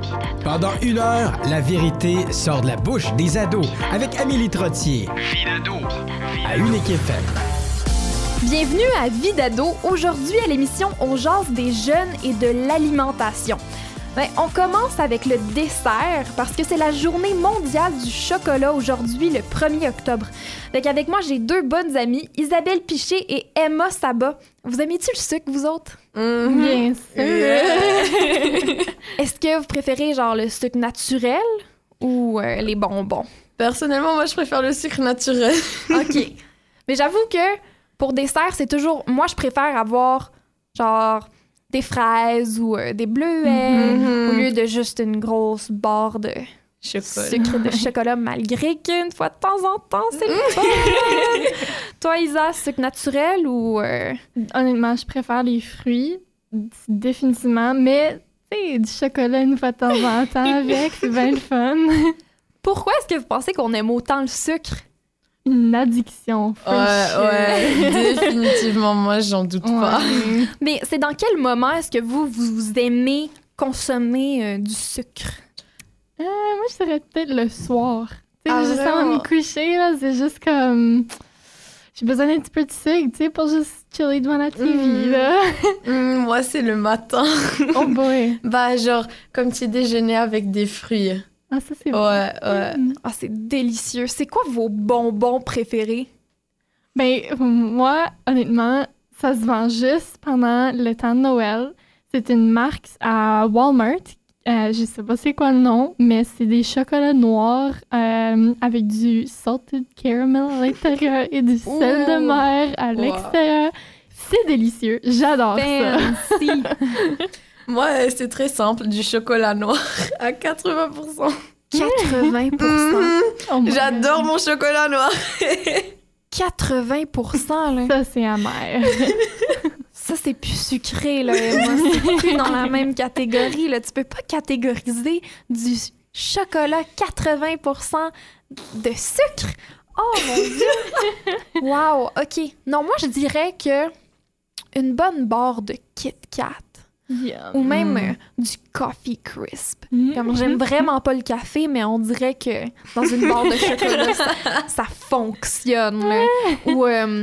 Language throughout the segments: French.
Pendant 1 heure, la vérité sort de la bouche des ados avec Amélie Trottier. Vie d'ado. À Unique FM. Bienvenue à Vie d'ado. Aujourd'hui à l'émission, on jase des jeunes et de l'alimentation. On commence avec le dessert parce que c'est la journée mondiale du chocolat aujourd'hui, le 1er octobre. Avec moi, j'ai 2 bonnes amies, Isabelle Piché et Emma Sabat. Vous aimez-tu le sucre, vous autres? Bien sûr. Est-ce que vous préférez genre le sucre naturel ou les bonbons? Personnellement, moi, je préfère le sucre naturel. OK. Mais j'avoue que pour dessert, c'est toujours... Moi, je préfère avoir genre des fraises ou des bleuets au lieu de juste une grosse barre de sucre de chocolat, malgré qu'une fois de temps en temps, c'est le fun. Toi, Isa, sucre naturel ou... Honnêtement, je préfère les fruits, définitivement, mais tu sais, du chocolat une fois de temps en temps avec, c'est bien le fun. Pourquoi est-ce que vous pensez qu'on aime autant le sucre? Une addiction. Ouais, définitivement, moi, j'en doute pas. Mais c'est dans quel moment est-ce que vous aimez consommer du sucre? Moi, je dirais peut-être le soir. Tu sais, juste vraiment? avant de me coucher, là, c'est juste comme... J'ai besoin d'un petit peu de sucre, tu sais, pour juste chiller devant la TV, là. Moi, c'est le matin. Oh boy! Bah, genre, comme petit déjeuner avec des fruits. Ah, ça, c'est bon. Ouais. Ah, c'est délicieux. C'est quoi vos bonbons préférés? Ben, moi, honnêtement, ça se vend juste pendant le temps de Noël. C'est une marque à Walmart. Je sais pas c'est quoi le nom, mais c'est des chocolats noirs avec du salted caramel à l'intérieur et du sel de mer à l'extérieur. C'est délicieux. J'adore ça. Fancy. Moi, c'est très simple, du chocolat noir à 80%. 80%. Oh my J'adore mon chocolat noir. 80%, là. Ça, c'est amer. Ça, c'est plus sucré, là. Moi, c'est plus dans la même catégorie, là. Tu peux pas catégoriser du chocolat 80% de sucre. Oh, mon Dieu! Wow, OK. Non, moi, je dirais que une bonne barre de Kit Kat ou même du Coffee Crisp. Comme j'aime vraiment pas le café, mais on dirait que dans une barre de chocolat, ça fonctionne, là. Ou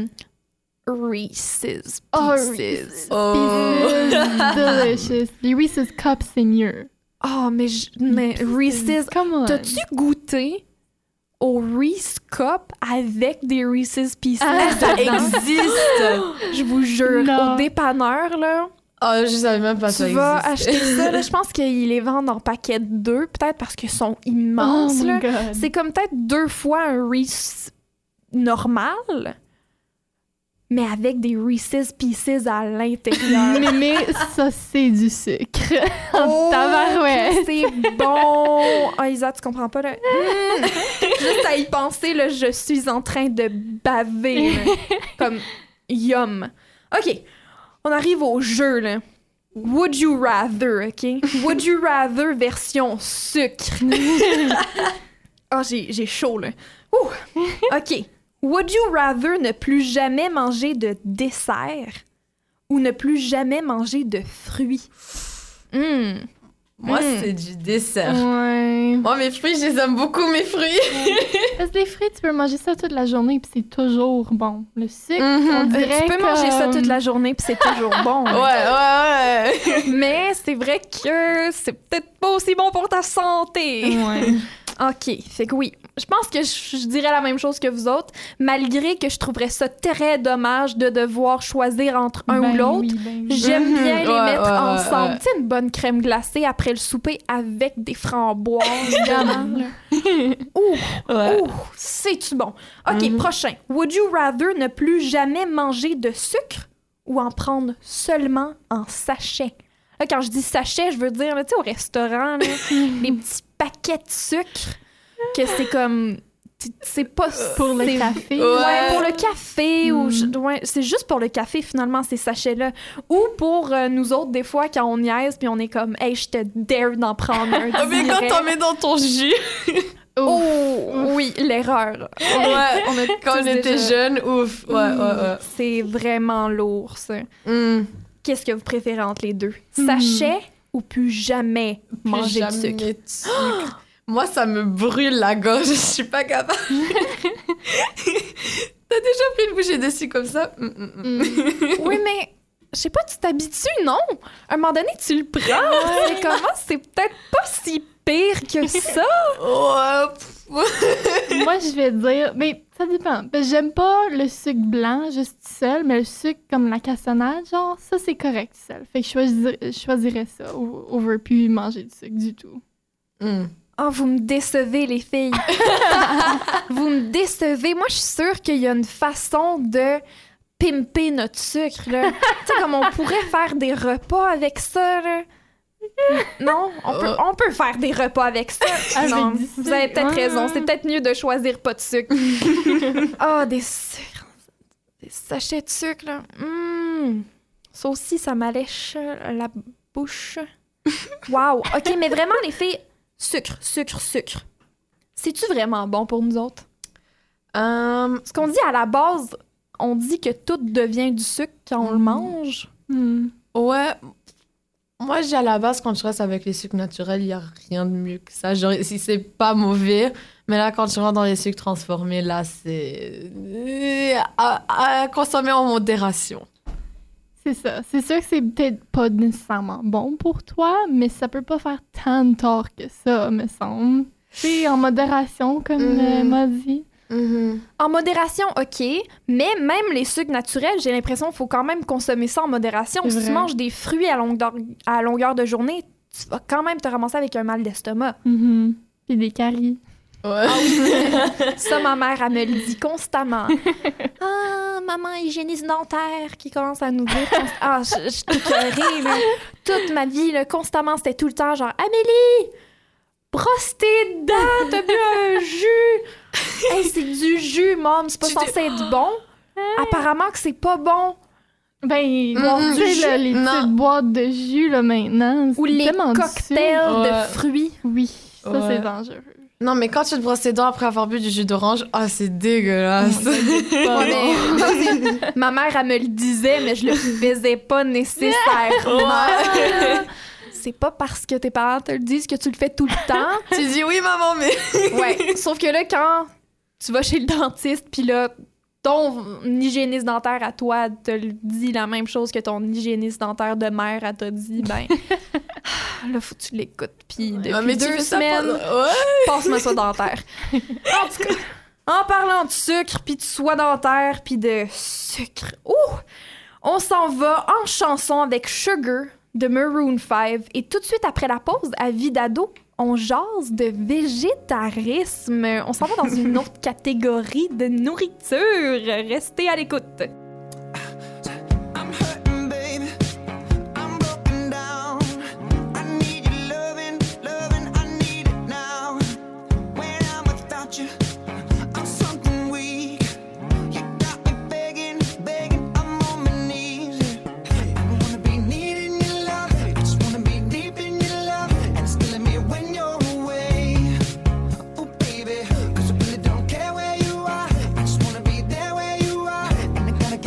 Reese's Pieces. Delicious. Les Reese's Cups, c'est mieux. Oh, mais Reese's... Come on. T'as-tu goûté au Reese's Cup avec des Reese's Pieces? Ça existe! Je vous jure, Non. au dépanneur, là, Oh, je savais même pas ça tu vas existe. acheter ça. Là, je pense qu'ils les vendent en paquet de 2, peut-être parce qu'ils sont immenses. Oh my là. God. C'est comme peut-être 2 fois un Reese's normal, mais avec des Reese's Pieces à l'intérieur. Mais ça, c'est du sucre. Oh, Tabarouette. c'est bon! Ah, Isa, tu comprends pas, là? Juste à y penser, là, je suis en train de baver. Là. Comme, yum. OK, on arrive au jeu, là. Would you rather, OK? Would you rather version sucre. Ah, j'ai chaud, là. Ouh. OK. Would you rather ne plus jamais manger de dessert ou ne plus jamais manger de fruits? Moi, c'est du dessert. Ouais. Moi, mes fruits, je les aime beaucoup, mes fruits. Parce que les fruits, tu peux manger ça toute la journée puis c'est toujours bon. Le sucre, on dirait Tu peux manger ça comme- toute la journée puis c'est toujours bon. Ouais. Mais c'est vrai que c'est peut-être pas aussi bon pour ta santé. Ouais. OK, fait que oui. Je pense que je dirais la même chose que vous autres, malgré que je trouverais ça très dommage de devoir choisir entre un ou l'autre. Oui, ben oui. J'aime bien les Ouais, mettre ouais, ensemble. ouais. Tu sais, une bonne crème glacée après le souper avec des framboises, évidemment. là. Ouais. Ouh, c'est-tu bon? OK, prochain. Would you rather ne plus jamais manger de sucre ou en prendre seulement en sachet? Là, quand je dis sachet, je veux dire, là, tu sais, au restaurant, là, les petits paquets de sucre, que c'est comme... C'est pas... Pour le c'est- café. Ouais, pour le café, ou ouais, c'est juste pour le café, finalement, ces sachets-là. Ou pour nous autres, des fois, quand on niaise, puis on est comme, hey, je te dare d'en prendre un. Ah, mais quand direct. t'en mets dans ton jus. Oh, oui, l'erreur. Ouais. On a Quand on tous était déjà- jeunes, ouf. Ouais. C'est vraiment lourd, ça. Mm. Qu'est-ce que vous préférez entre les deux? Sachet ou plus jamais manger de sucre? de sucre. Moi, ça me brûle la gorge. Je suis pas capable. T'as déjà pris une bouchée de sucre comme ça? Oui, mais je sais pas, tu t'habitues, non? À un moment donné, tu le prends. C'est comment? C'est peut-être pas si pire que ça. Moi, je vais dire... Mais ça dépend. Parce que j'aime pas le sucre blanc, juste seul, mais le sucre comme la cassonade, genre, ça, c'est correct seul. Fait que je choisirais ça over plus manger du sucre du tout. Oh, vous me décevez, les filles. Vous me décevez. Moi, je suis sûre qu'il y a une façon de pimper notre sucre, là. Tu sais, comme on pourrait faire des repas avec ça, là. Non? On peut faire des repas avec ça. Non, vous avez peut-être raison. C'est peut-être mieux de choisir pas de sucre. Des sucres. Des sachets de sucre, là. Ça aussi, ça m'allèche la bouche. Wow. OK, mais vraiment, les filles... Sucre. C'est-tu vraiment bon pour nous autres? Ce qu'on dit à la base, on dit que tout devient du sucre quand on le mange. Ouais. Moi, j'ai à la base, quand je reste avec les sucres naturels, il n'y a rien de mieux que ça. Genre, si c'est pas mauvais, mais là, quand je rentre dans les sucres transformés, là, c'est à consommer en modération. C'est ça. C'est sûr que c'est peut-être pas nécessairement bon pour toi, mais ça peut pas faire tant de tort que ça, me semble. C'est en modération, comme m'a dit. En modération, OK, mais même les sucres naturels, j'ai l'impression qu'il faut quand même consommer ça en modération. C'est Si vrai. tu manges des fruits à longueur de journée, tu vas quand même te ramasser avec un mal d'estomac. Puis des caries. Ouais. Ça, ma mère, elle me le dit constamment. Maman, hygiéniste dentaire, qui commence à nous dire... je suis écœurée, là. Toute ma vie, là, constamment, c'était tout le temps genre « Amélie, brosse tes dents, t'as bu un jus! » Hey, c'est du jus, mom, c'est pas censé être bon. Apparemment que c'est pas bon. Ben, boire tu du sais, là, jus, les non. petites boîtes de jus, là, maintenant, Ou c'est les tellement du cocktails sucre. de Ouais. fruits. Oui, ça, Ouais. c'est dangereux. Non, mais quand tu te brosses les dents après avoir bu du jus d'orange, c'est dégueulasse. Ouais, mais ma mère, elle me le disait, mais je le faisais pas nécessairement. C'est pas parce que tes parents te le disent que tu le fais tout le temps. Tu dis oui, maman, mais... Ouais, sauf que là, quand tu vas chez le dentiste, puis là, ton hygiéniste dentaire à toi te le dit la même chose que ton hygiéniste dentaire de mère, elle t'a dit, ben... là, faut que tu l'écoutes. Puis depuis mais tu 2 fais ça semaines, Ouais. passe-moi ça dentaire. En tout cas, en parlant de sucre, puis de soie dentaire, puis de sucre, on s'en va en chanson avec Sugar de Maroon 5. Et tout de suite après la pause, à Vie d'ado, on jase de végétarisme. On s'en va dans une autre catégorie de nourriture. Restez à l'écoute. I'm hurting, baby. I'm broken down. I need your loving, I need it now. When I'm without you, I'm something weak. You got me begging, I'm on my knees. I don't wanna be needing your love. I just wanna be deep in your love. And it's killing me when you're away. Oh, baby, 'cause I really don't care where you are. I just wanna be there where you are. And I gotta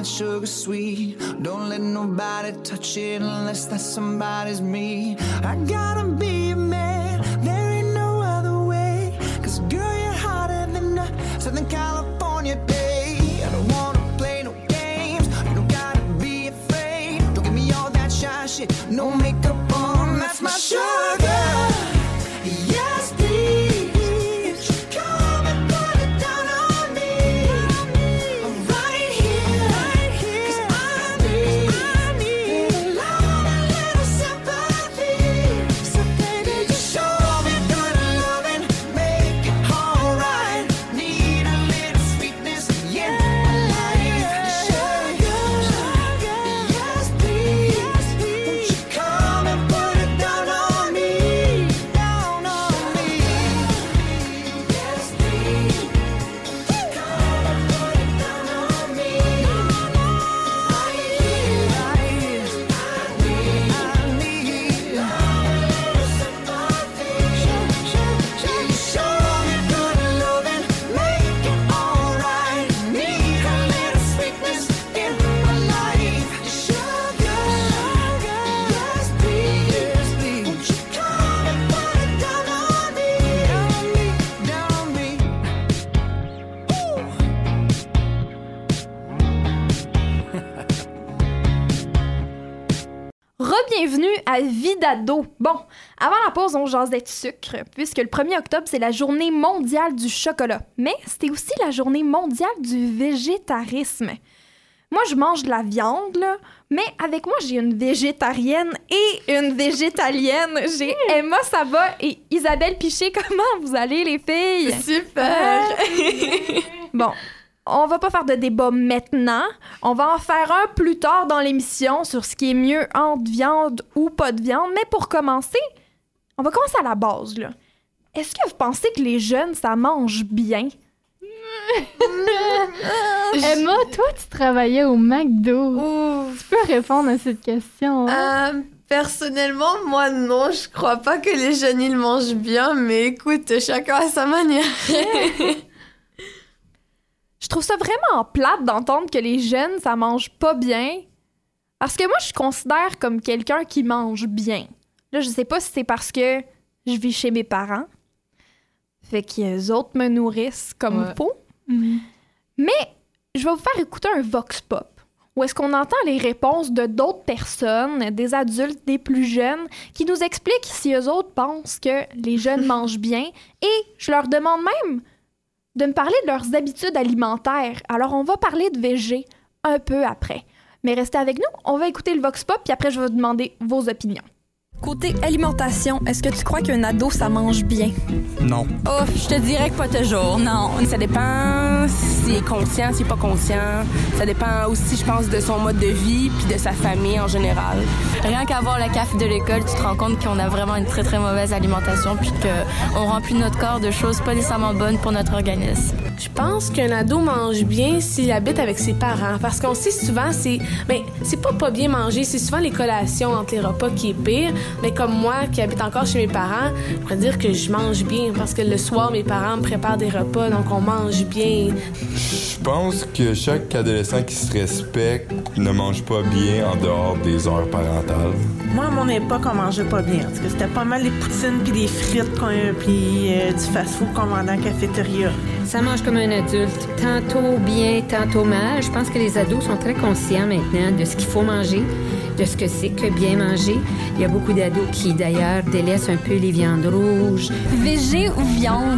not sugar sweet. Don't let nobody touch it unless that somebody's me. I gotta be a man, there ain't no other way. 'Cause girl, you're hotter than a Southern California day. I don't wanna play no games, you don't gotta be afraid. Don't give me all that shy shit, no makeup on, that's my sugar. Yes, please, come and put it down on me. Right here, 'cause I need a lot, a little sympathy. So baby, just show me good loving, make it alright. Need a little sweetness in my life. Sugar, yes please, won't you come and put it down on me, down on me. Yes please, come and put it down on me. Right here, I need sympathy. Show me good loving, make it alright. Need a little sweetness in my life. Sugar, yes please, won't you come and put it down on me, down on me, down on me. Re-bienvenue à Vie d'ado. Bon, avant la pause, on jasait de sucre, puisque le 1er octobre, c'est la journée mondiale du chocolat. Mais c'était aussi la journée mondiale du végétarisme. Moi, je mange de la viande, là, mais avec moi, j'ai une végétarienne et une végétalienne. J'ai Emma Saba et Isabelle Piché. Comment vous allez, les filles? Super! Bon, on va pas faire de débat maintenant. On va en faire un plus tard dans l'émission sur ce qui est mieux entre viande ou pas de viande. Mais pour commencer, on va commencer à la base, là. Est-ce que vous pensez que les jeunes, ça mange bien? Emma, toi, tu travaillais au McDo. Tu peux répondre à cette question. Personnellement, moi, non, je crois pas que les jeunes, ils mangent bien, mais écoute, chacun à sa manière. Je trouve ça vraiment plate d'entendre que les jeunes, ça mange pas bien. Parce que moi, je considère comme quelqu'un qui mange bien. Là, je sais pas si c'est parce que je vis chez mes parents. Fait qu'eux autres me nourrissent comme il faut. Mhm. Mais je vais vous faire écouter un vox pop où est-ce qu'on entend les réponses de d'autres personnes, des adultes, des plus jeunes, qui nous expliquent si eux autres pensent que les jeunes mangent bien. Et je leur demande même de me parler de leurs habitudes alimentaires. Alors, on va parler de végé un peu après. Mais restez avec nous, on va écouter le vox pop, puis après, je vais vous demander vos opinions. Côté alimentation, est-ce que tu crois qu'un ado, ça mange bien? Non. Oh, je te dirais que pas toujours, non. Ça dépend s'il est conscient, s'il est pas conscient. Ça dépend aussi, je pense, de son mode de vie puis de sa famille en général. Rien qu'à voir le café de l'école, tu te rends compte qu'on a vraiment une très, très mauvaise alimentation puis qu'on remplit notre corps de choses pas nécessairement bonnes pour notre organisme. Je pense qu'un ado mange bien s'il habite avec ses parents. Parce qu'on sait souvent, c'est pas bien manger. C'est souvent les collations entre les repas qui est pire. Mais comme moi, qui habite encore chez mes parents, je pourrais dire que je mange bien. Parce que le soir, mes parents me préparent des repas, donc on mange bien. Je pense que chaque adolescent qui se respecte ne mange pas bien en dehors des heures parentales. Moi, à mon époque, on mangeait pas bien. Parce que c'était pas mal les poutines puis des frites puis du fast-food qu'on vendait en cafétéria. Ça mange comme un adulte. Tantôt bien, tantôt mal. Je pense que les ados sont très conscients maintenant de ce qu'il faut manger, de ce que c'est que bien manger. Il y a beaucoup d'ados qui, d'ailleurs, délaissent un peu les viandes rouges. Végé ou viande?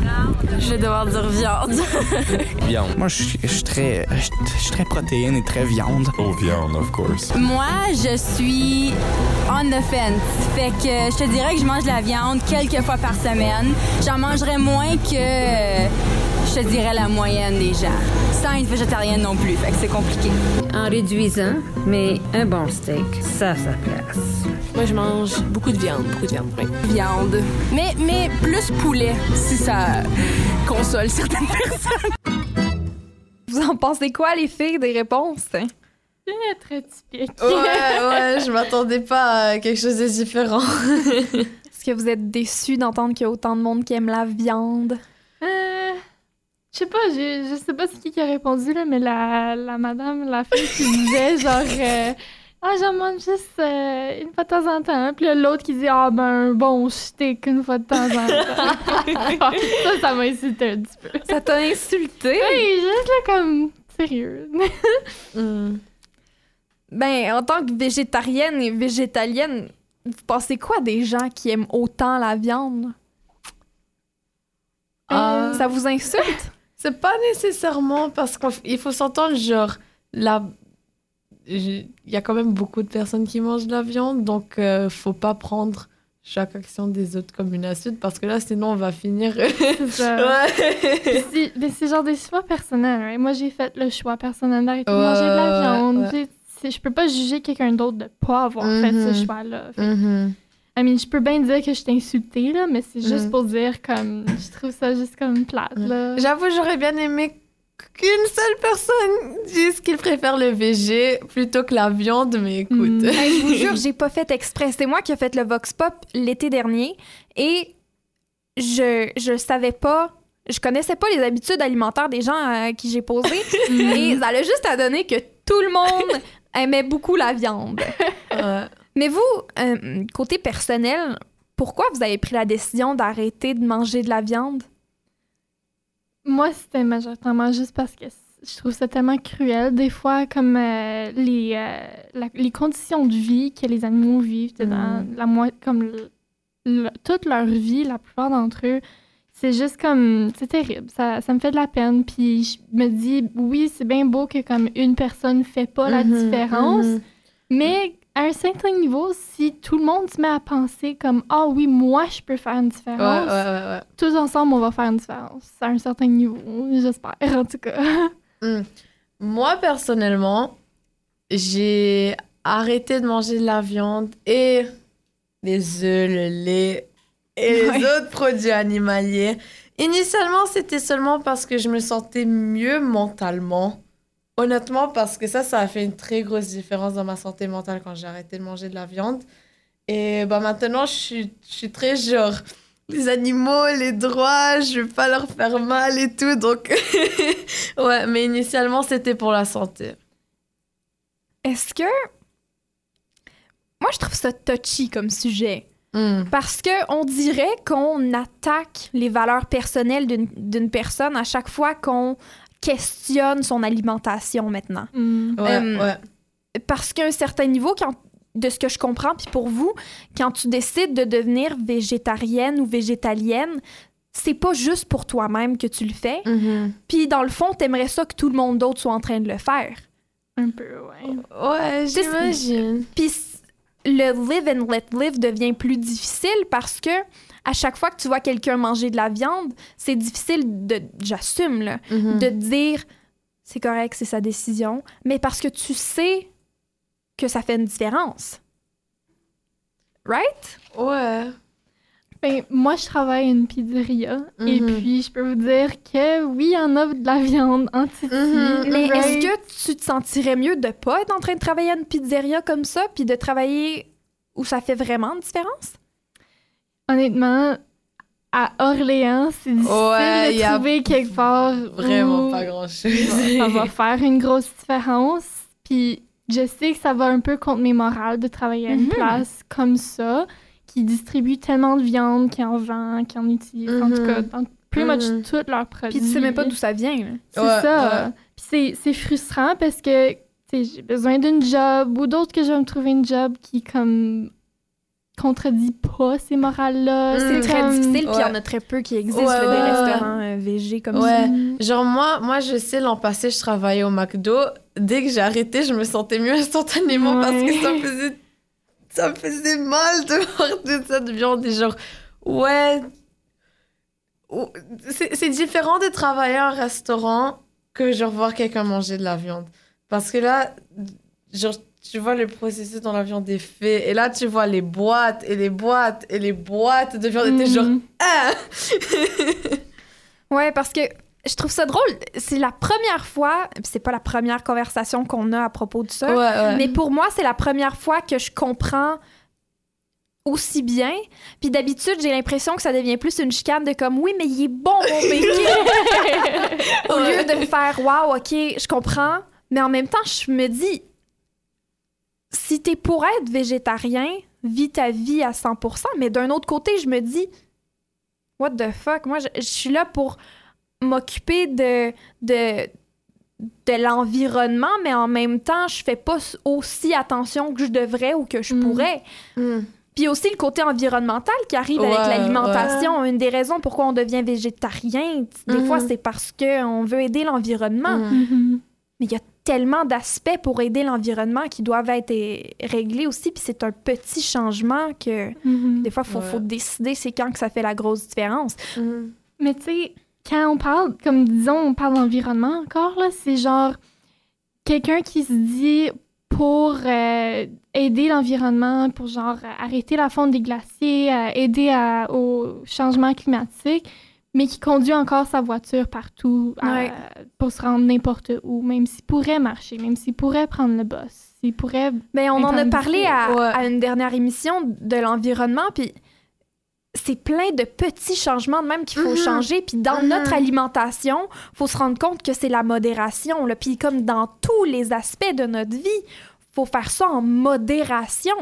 Je vais devoir dire viande. Viande. Moi, je suis très protéine et très viande. Oh, viande, of course. Moi, je suis on the fence. Fait que je te dirais que je mange de la viande quelques fois par semaine. J'en mangerais moins que, je te dirais, la moyenne des gens. Sans être végétarienne non plus, fait que c'est compliqué. En réduisant, mais un bon steak, ça a sa place. Moi, je mange beaucoup de viande, oui. Viande. Mais plus poulet, si ça console certaines personnes. Vous en pensez quoi, les filles, des réponses? C'est très typique. Ouais, je m'attendais pas à quelque chose de différent. Est-ce que vous êtes déçus d'entendre qu'il y a autant de monde qui aime la viande? Je sais pas, je sais pas c'est qui a répondu, là, mais la madame, la fille qui disait genre j'en mange juste une fois de temps en temps. Puis là, l'autre qui dit ben un bon steak une fois de temps en temps. ça m'a insulté un petit peu. Ça t'a insulté? Oui, juste là comme sérieux. Ben, en tant que végétarienne et végétalienne, vous pensez quoi des gens qui aiment autant la viande? Ça vous insulte? C'est pas nécessairement parce qu'il faut s'entendre, genre, il y a quand même beaucoup de personnes qui mangent de la viande, donc faut pas prendre chaque action des autres comme une insulte parce que là, sinon, on va finir. C'est ça. Ouais. C'est genre des choix personnels. Right? Moi, j'ai fait le choix personnel d'arrêter de manger de la viande. Ouais. Je peux pas juger quelqu'un d'autre de pas avoir fait ce choix-là. Je peux bien dire que je t'ai insultée, là, mais c'est juste pour dire comme je trouve ça juste comme plate. Là. J'avoue, j'aurais bien aimé qu'une seule personne dise qu'il préfère le végé plutôt que la viande, mais écoute. Je vous jure, j'ai pas fait exprès. C'est moi qui ai fait le Vox Pop l'été dernier et je savais pas, je connaissais pas les habitudes alimentaires des gens à qui j'ai posé et ça a juste à donner que tout le monde aimait beaucoup la viande. Mais vous, côté personnel, pourquoi vous avez pris la décision d'arrêter de manger de la viande? Moi, c'était majoritairement juste parce que je trouve ça tellement cruel. Des fois, comme les conditions de vie que les animaux vivent dans toute leur vie, la plupart d'entre eux, c'est juste comme... C'est terrible. Ça me fait de la peine. Puis je me dis, oui, c'est bien beau que comme une personne fait pas la différence, mais... À un certain niveau, si tout le monde se met à penser comme « Ah oui, moi, je peux faire une différence ouais. tous ensemble, on va faire une différence. » À un certain niveau, j'espère, en tout cas. Moi, personnellement, j'ai arrêté de manger de la viande et les œufs, le lait et les autres produits animaliers. Initialement, c'était seulement parce que je me sentais mieux mentalement. Honnêtement, parce que ça a fait une très grosse différence dans ma santé mentale quand j'ai arrêté de manger de la viande. Et maintenant, je suis très genre, les animaux, les droits, je veux pas leur faire mal et tout. Donc, ouais, mais initialement, c'était pour la santé. Est-ce que... Moi, je trouve ça touchy comme sujet. Parce qu'on dirait qu'on attaque les valeurs personnelles d'une personne à chaque fois qu'on questionne son alimentation maintenant. Ouais. Parce qu'à un certain niveau, de ce que je comprends, puis pour vous, quand tu décides de devenir végétarienne ou végétalienne, c'est pas juste pour toi-même que tu le fais. Puis dans le fond, t'aimerais ça que tout le monde d'autre soit en train de le faire. Un peu, ouais. Ouais, j'imagine. Puis le live and let live devient plus difficile parce que à chaque fois que tu vois quelqu'un manger de la viande, c'est difficile j'assume, là, de dire c'est correct, c'est sa décision, mais parce que tu sais que ça fait une différence. Right? Ouais. Ben, moi, je travaille à une pizzeria et puis je peux vous dire que oui, il y en a de la viande en Titi. Mais est-ce que tu te sentirais mieux de pas être en train de travailler à une pizzeria comme ça puis de travailler où ça fait vraiment une différence? Honnêtement, à Orléans, c'est difficile de trouver quelque part vraiment pas grand-chose. Ça va faire une grosse différence. Puis je sais que ça va un peu contre mes morales de travailler à une place comme ça, qui distribue tellement de viande, qui en vend, qui en utilise, en tout cas, dans pretty much tous leurs produits. Puis tu sais même pas d'où ça vient. Là. C'est ça. Puis c'est frustrant parce que j'ai besoin d'une job ou d'autres que je vais me trouver une job qui, comme... contredit pas ces morales-là. C'est très difficile, puis il y en a très peu qui existent, des restaurants végés comme ça. Genre moi, je sais, l'an passé, je travaillais au McDo. Dès que j'ai arrêté, je me sentais mieux instantanément parce que ça me faisait mal de voir toute cette viande. Et genre, c'est différent de travailler à un restaurant que genre voir quelqu'un manger de la viande. Parce que là, genre, tu vois le processus dont la viande est fait. Et là, tu vois les boîtes et les boîtes et les boîtes de viande. Et t'es genre... Ouais, parce que je trouve ça drôle. C'est la première fois... C'est pas la première conversation qu'on a à propos de ça. Mais pour moi, c'est la première fois que je comprends aussi bien. Puis d'habitude, j'ai l'impression que ça devient plus une chicane de comme, oui, mais il est bon, mon bacon! Au lieu de me faire, wow, OK, je comprends. Mais en même temps, je me dis, si t'es pour être végétarien, vis ta vie à 100%. Mais d'un autre côté, je me dis, what the fuck? Moi, je suis là pour m'occuper de l'environnement, mais en même temps, je fais pas aussi attention que je devrais ou que je pourrais. Puis aussi le côté environnemental qui arrive avec l'alimentation. Ouais. Une des raisons pourquoi on devient végétarien, des fois, c'est parce qu'on veut aider l'environnement. Mais il y a tellement d'aspects pour aider l'environnement qui doivent être réglés aussi, puis c'est un petit changement que des fois, il faut décider c'est quand que ça fait la grosse différence. Mais tu sais, quand on parle, comme disons, on parle d'environnement encore, là, c'est genre quelqu'un qui se dit pour aider l'environnement, pour genre arrêter la fonte des glaciers, aider au changement climatique, mais qui conduit encore sa voiture partout pour se rendre n'importe où, même s'il pourrait marcher, même s'il pourrait prendre le bus, s'il pourrait... Ben, on en a parlé à une dernière émission de l'environnement, puis c'est plein de petits changements de même qu'il faut changer. Puis dans notre alimentation, il faut se rendre compte que c'est la modération. Là. Puis comme dans tous les aspects de notre vie, il faut faire ça en modération.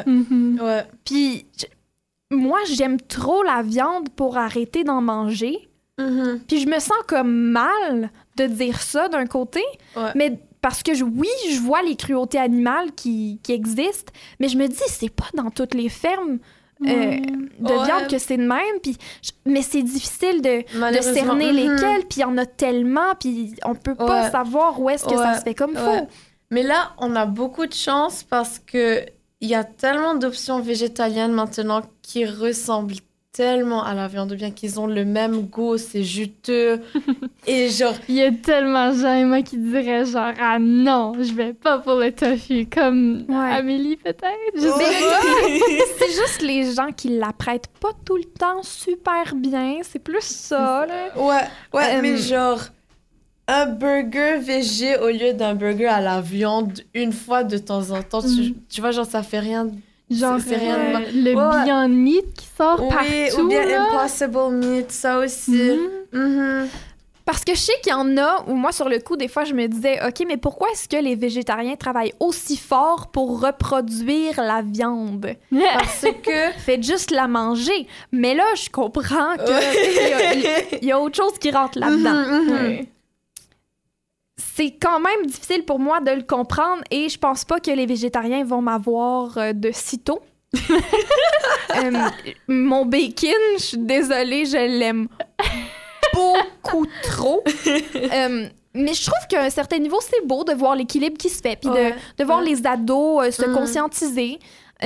Puis... moi, j'aime trop la viande pour arrêter d'en manger. Puis je me sens comme mal de dire ça d'un côté, mais parce que oui, je vois les cruautés animales qui existent, mais je me dis, c'est pas dans toutes les fermes de viande que c'est de même. Puis mais c'est difficile de cerner lesquelles, puis il y en a tellement, puis on peut pas savoir où est-ce que ça se fait comme faut. Mais là, on a beaucoup de chance parce que il y a tellement d'options végétaliennes maintenant qui ressemblent tellement à la viande, bien qu'ils ont le même goût, c'est juteux. Et genre... il y a tellement de gens, moi, qui diraient genre « Ah non, je vais pas pour le tofu », comme Amélie peut-être. C'est juste les gens qui l'apprêtent pas tout le temps super bien, c'est plus ça, là. Mais genre... un burger végé au lieu d'un burger à la viande une fois de temps en temps, tu vois, genre ça fait rien. Genre c'est rien de... le Beyond Meat qui sort partout. Ou bien là. Impossible Meat, ça aussi. Parce que je sais qu'il y en a où moi, sur le coup, des fois, je me disais, OK, mais pourquoi est-ce que les végétariens travaillent aussi fort pour reproduire la viande? Parce que faites juste la manger. Mais là, je comprends qu'il y a autre chose qui rentre là-dedans. C'est quand même difficile pour moi de le comprendre et je pense pas que les végétariens vont m'avoir de sitôt. Mon bacon, je suis désolée, je l'aime beaucoup trop. Mais je trouve qu'à un certain niveau, c'est beau de voir l'équilibre qui se fait puis de voir les ados se conscientiser.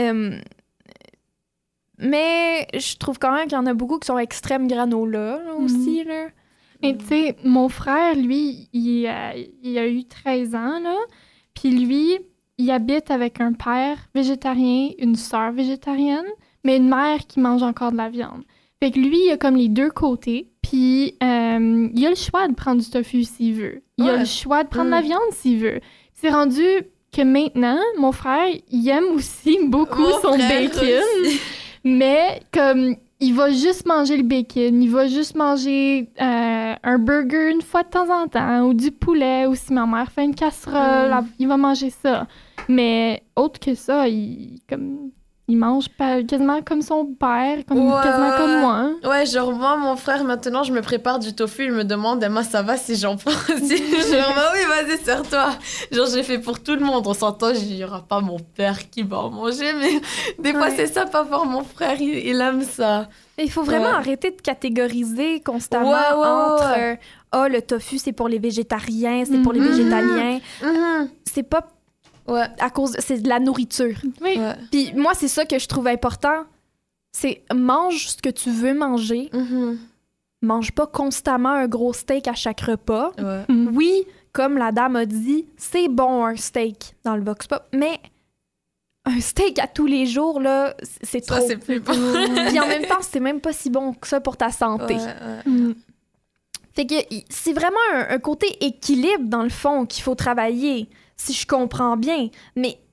Mais je trouve quand même qu'il y en a beaucoup qui sont extrêmes granola là, aussi, là. Mais tu sais, mon frère, lui, il a eu 13 ans, là. Puis lui, il habite avec un père végétarien, une sœur végétarienne, mais une mère qui mange encore de la viande. Fait que lui, il a comme les deux côtés. Puis il a le choix de prendre du tofu s'il veut. Il a le choix de prendre la viande s'il veut. C'est rendu que maintenant, mon frère, il aime aussi beaucoup son bacon. Mais comme... il va juste manger le bacon, il va juste manger un burger une fois de temps en temps, ou du poulet, ou si ma mère fait une casserole, il va manger ça. Mais autre que ça, il mange quasiment comme son père, quasiment comme moi. Ouais, genre moi, mon frère, maintenant, je me prépare du tofu, il me demande, Emma, ça va si j'en prends aussi? Genre, bah oui, vas-y, sers-toi. Genre, j'ai fait pour tout le monde, on s'entend, il n'y aura pas mon père qui va en manger, mais des fois, c'est ça, pas pour mon frère, il aime ça. Il faut vraiment arrêter de catégoriser constamment entre le tofu, c'est pour les végétariens, c'est pour les végétaliens. C'est pas à cause c'est de la nourriture. Puis moi, c'est ça que je trouve important. C'est mange ce que tu veux manger. Mange pas constamment un gros steak à chaque repas. Oui, comme la dame a dit, c'est bon un steak dans le Vox Pop, mais un steak à tous les jours, là, c'est trop. Ça, c'est plus bon. Puis en même temps, c'est même pas si bon que ça pour ta santé. Fait que c'est vraiment un côté équilibre, dans le fond, qu'il faut travailler, si je comprends bien. Mais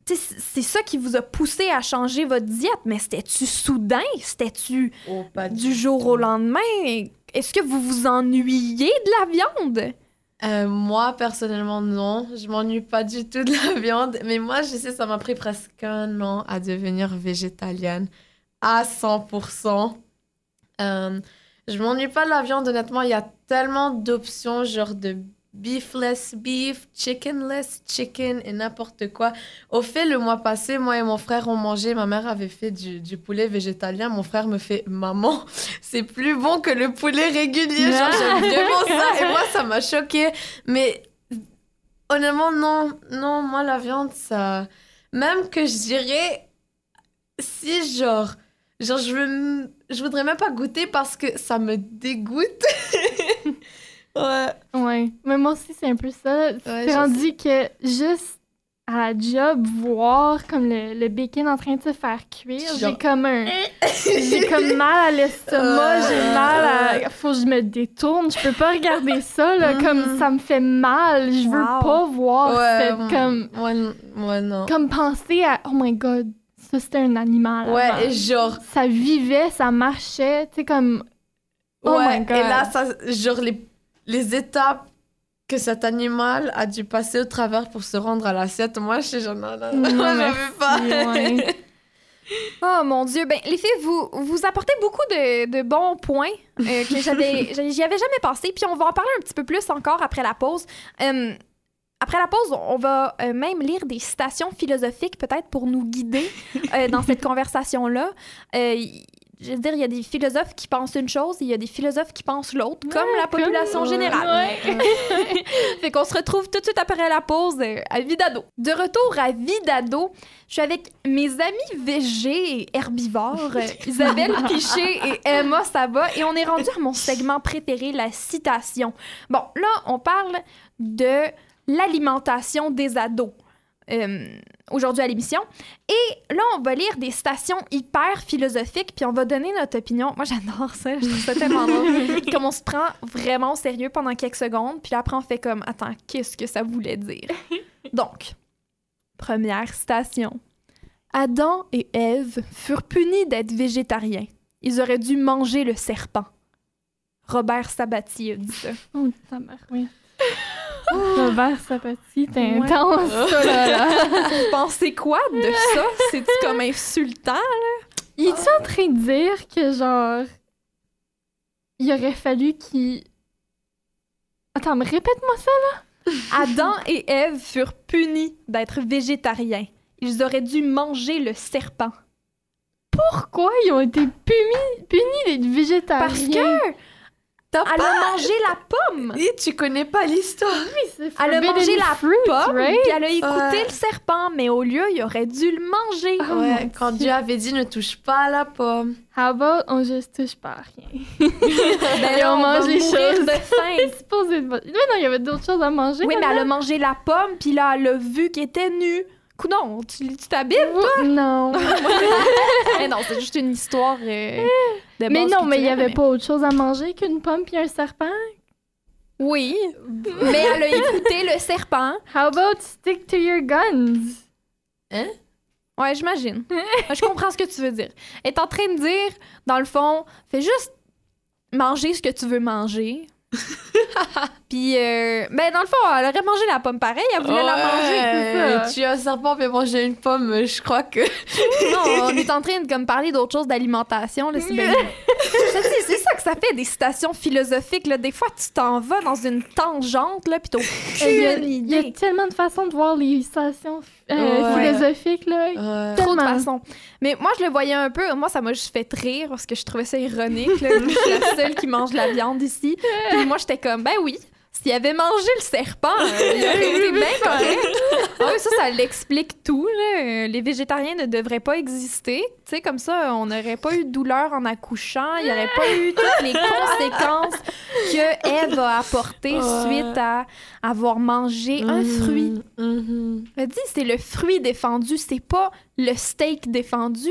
c'est ça qui vous a poussé à changer votre diète, mais c'était-tu soudain? C'était-tu du jour au lendemain? Est-ce que vous vous ennuyiez de la viande? Moi, personnellement, non. Je m'ennuie pas du tout de la viande. Mais moi, je sais, ça m'a pris presque 1 an à devenir végétalienne à 100%. Je m'ennuie pas de la viande, honnêtement. Il y a tellement d'options, genre de beefless beef, chickenless chicken et n'importe quoi. Au fait, le mois passé, moi et mon frère ont mangé. Ma mère avait fait du poulet végétalien. Mon frère me fait « Maman, c'est plus bon que le poulet régulier. » Genre, j'aime vraiment ça. Et moi, ça m'a choquée. Mais honnêtement, non, moi, la viande, ça... Même que je dirais, si genre je voudrais même pas goûter parce que ça me dégoûte. Ouais. Mais moi aussi, c'est un peu ça. Ouais, c'est rendu que juste à la job, voir comme le bacon en train de se faire cuire, j'ai comme mal à l'estomac, j'ai mal à... Faut que je me détourne, je peux pas regarder ça, là, comme ça me fait mal, je veux pas voir cette comme... Ouais, non. Comme penser à, oh my God, ça c'était un animal. Ouais, avant. et genre... Ça vivait, ça marchait, tu sais, comme... Oh my God. Et là, ça, genre les étapes que cet animal a dû passer au travers pour se rendre à l'assiette, moi, je suis genre, non, j'en veux pas. Ouais. Oh mon Dieu, ben les filles, vous apportez beaucoup de bons points que j'y avais jamais pensé, puis on va en parler un petit peu plus encore après la pause. Après la pause, on va même lire des citations philosophiques peut-être pour nous guider dans cette conversation-là. Je veux dire, il y a des philosophes qui pensent une chose et il y a des philosophes qui pensent l'autre, comme la population générale. Fait qu'on se retrouve tout de suite après la pause à Vidado. De retour à Vidado, je suis avec mes amis végés et herbivores, Isabelle Piché et Emma Saba, et on est rendu à mon segment préféré, la citation. Bon, là, on parle de l'alimentation des ados. Aujourd'hui à l'émission. Et là, on va lire des citations hyper philosophiques, puis on va donner notre opinion. Moi, j'adore ça. Je trouve ça tellement drôle. Comme on se prend vraiment au sérieux pendant quelques secondes, puis après, on fait comme, attends, qu'est-ce que ça voulait dire? Donc, première citation. Adam et Ève furent punis d'être végétariens. Ils auraient dû manger le serpent. Robert Sabatier a dit ça. Oh, ta mère, oui. Robert Sabatier, t'es intense, ça, là. Vous pensez quoi de ça? C'est-tu comme insultant, là? Il est-tu en train de dire que, genre, il aurait fallu qu'il... Attends, mais répète-moi ça, là. Adam et Ève furent punis d'être végétariens. Ils auraient dû manger le serpent. Pourquoi ils ont été punis d'être végétariens? Parce que... Elle a mangé la pomme. Et tu connais pas l'histoire. Oui, c'est elle a mangé la pomme, right? puis elle a écouté le serpent, mais au lieu, il aurait dû le manger. Ouais, quand Dieu avait dit ne touche pas à la pomme. How about on juste touche pas à rien? Ben là, on mange les choses de faim. C'est supposé de... Mais non, il y avait d'autres choses à manger. Oui, mais elle a mangé la pomme, puis là, elle a vu qu'elle était nue. Coudon, tu t'habilles, toi? Non. Mais non, c'est juste une histoire de mais non, mais il n'y avait pas autre chose à manger qu'une pomme puis un serpent? Oui, mais elle a écouté le serpent. How about stick to your guns? Hein? Ouais, j'imagine. Je comprends ce que tu veux dire. Elle est en train de dire, dans le fond, fais juste manger ce que tu veux manger. Puis, ben dans le fond, elle aurait mangé la pomme pareil, elle voulait la manger, c'est ça. Tu as un serpent puis manger une pomme, je crois que... Non, on est en train de comme, parler d'autre chose d'alimentation, là, c'est bien... Je te dis, c'est ça que ça fait, des citations philosophiques, là. Des fois, tu t'en vas dans une tangente, là, pis t'as aucune idée. Il y a tellement de façons de voir les citations philosophiques, là. Trop de façons. Mais moi, je le voyais un peu... Moi, ça m'a juste fait rire, parce que je trouvais ça ironique, là. Je suis la seule qui mange la viande ici. Puis moi, j'étais comme, ben oui, s'il avait mangé le serpent, il aurait été bien correct. Ah oui, ça l'explique tout, là. Les végétariens ne devraient pas exister. Tu sais, comme ça, on n'aurait pas eu de douleur en accouchant. Il n'y aurait pas eu toutes les conséquences que Ève a apportées suite à avoir mangé un fruit. Je dis, c'est le fruit défendu, c'est pas le steak défendu.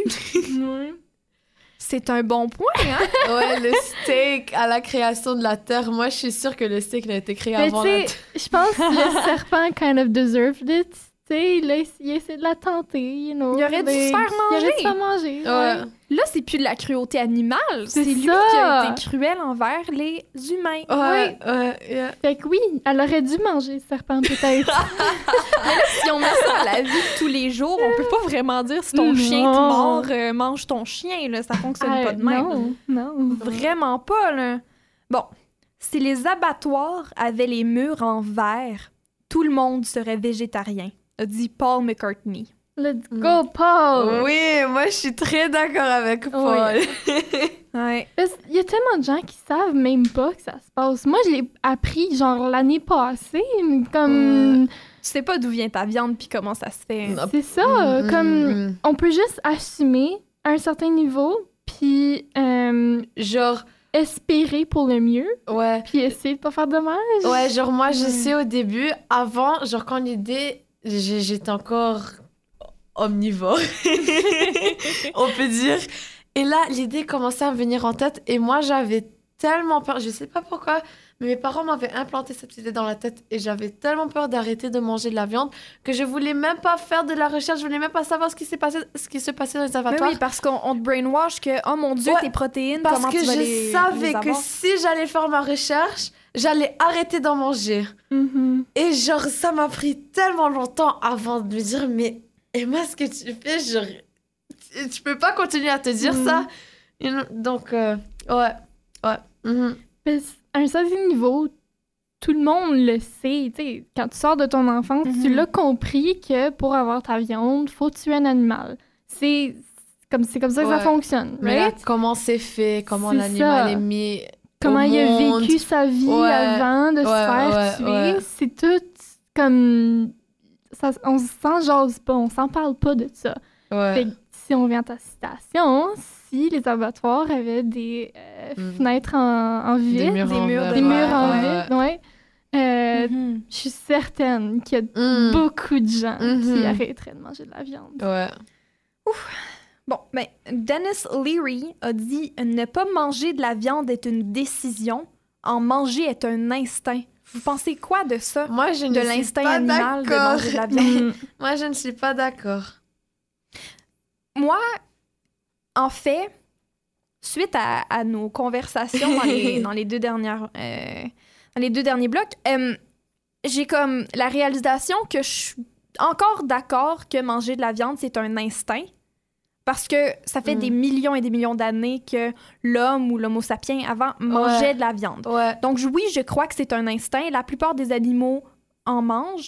C'est un bon point, hein? Ouais, le steak à la création de la Terre. Moi, je suis sûre que le steak n'a été créé avant la Terre. Je pense que le serpent kind of deserved it. Tu sais, là, il essaie de la tenter, you know. Il aurait dû se faire manger. Il aurait dû se faire manger, ouais. Là, c'est plus de la cruauté animale. C'est lui ça. qui a été cruel envers les humains. Ouais, Oui. ouais. Fait que oui, elle aurait dû manger le serpent, peut-être. Mais là, si on met ça à la vie de tous les jours, on peut pas vraiment dire si ton Non. chien est mort, mange ton chien. Là, ça fonctionne pas de même. Non. Vraiment pas, là. Bon, si les abattoirs avaient les murs en verre, tout le monde serait végétarien, a dit Paul McCartney. Let's go, Paul! Oui, moi, je suis très d'accord avec Paul. Ouais. Il y a tellement de gens qui savent même pas que ça se passe. Moi, je l'ai appris, genre, l'année passée, mais comme... Tu sais pas d'où vient ta viande puis comment ça se fait. C'est ça, comme... On peut juste assumer à un certain niveau, puis... genre... espérer pour le mieux. Ouais. Puis essayer de pas faire de dommage. Ouais, genre, moi, je sais au début, avant, genre, quand l'idée... J'étais encore omnivore, on peut dire. Et là, l'idée commençait à me venir en tête et moi, j'avais tellement peur. Je sais pas pourquoi, mais mes parents m'avaient implanté cette idée dans la tête et j'avais tellement peur d'arrêter de manger de la viande que je voulais même pas faire de la recherche, je voulais même pas savoir ce qui se passait dans les abattoirs. Oui, parce qu'on te brainwash que, oh mon Dieu, tes protéines, comment tu vas les Parce que je savais les que avoir? si j'allais faire ma recherche, j'allais arrêter d'en manger. Et genre, ça m'a pris tellement longtemps avant de me dire, mais Emma, ce que tu fais, genre, tu peux pas continuer à te dire ça. Donc, ouais. Mais à un certain niveau, tout le monde le sait. T'sais, quand tu sors de ton enfance, tu l'as compris que pour avoir ta viande, faut tuer un animal. C'est comme ça que ça fonctionne. Mais là, Right? comment c'est fait, comment C'est l'animal ça. est mis Comment au il a monde. vécu sa vie avant de se faire tuer. C'est tout comme... Ça, on s'en jase pas, on s'en parle pas de ça. Fait que si on vient à ta citation, si les abattoirs avaient des fenêtres en vide, Des murs en vide, je suis certaine qu'il y a beaucoup de gens qui arrêteraient de manger de la viande. Ouais. Bon, ben, Dennis Leary a dit « Ne pas manger de la viande est une décision, en manger est un instinct. » Vous pensez quoi de ça? Moi, je de ne suis l'instinct pas animal de d'accord. manger de la viande? Moi, je ne suis pas d'accord. Moi, en fait, suite à nos conversations dans les deux dernières... dans les deux derniers blocs, j'ai comme la réalisation que je suis encore d'accord que manger de la viande, c'est un instinct. Parce que ça fait des millions et des millions d'années que l'homme ou l'homo sapiens avant mangeait de la viande. Ouais. Donc oui, je crois que c'est un instinct. La plupart des animaux en mangent.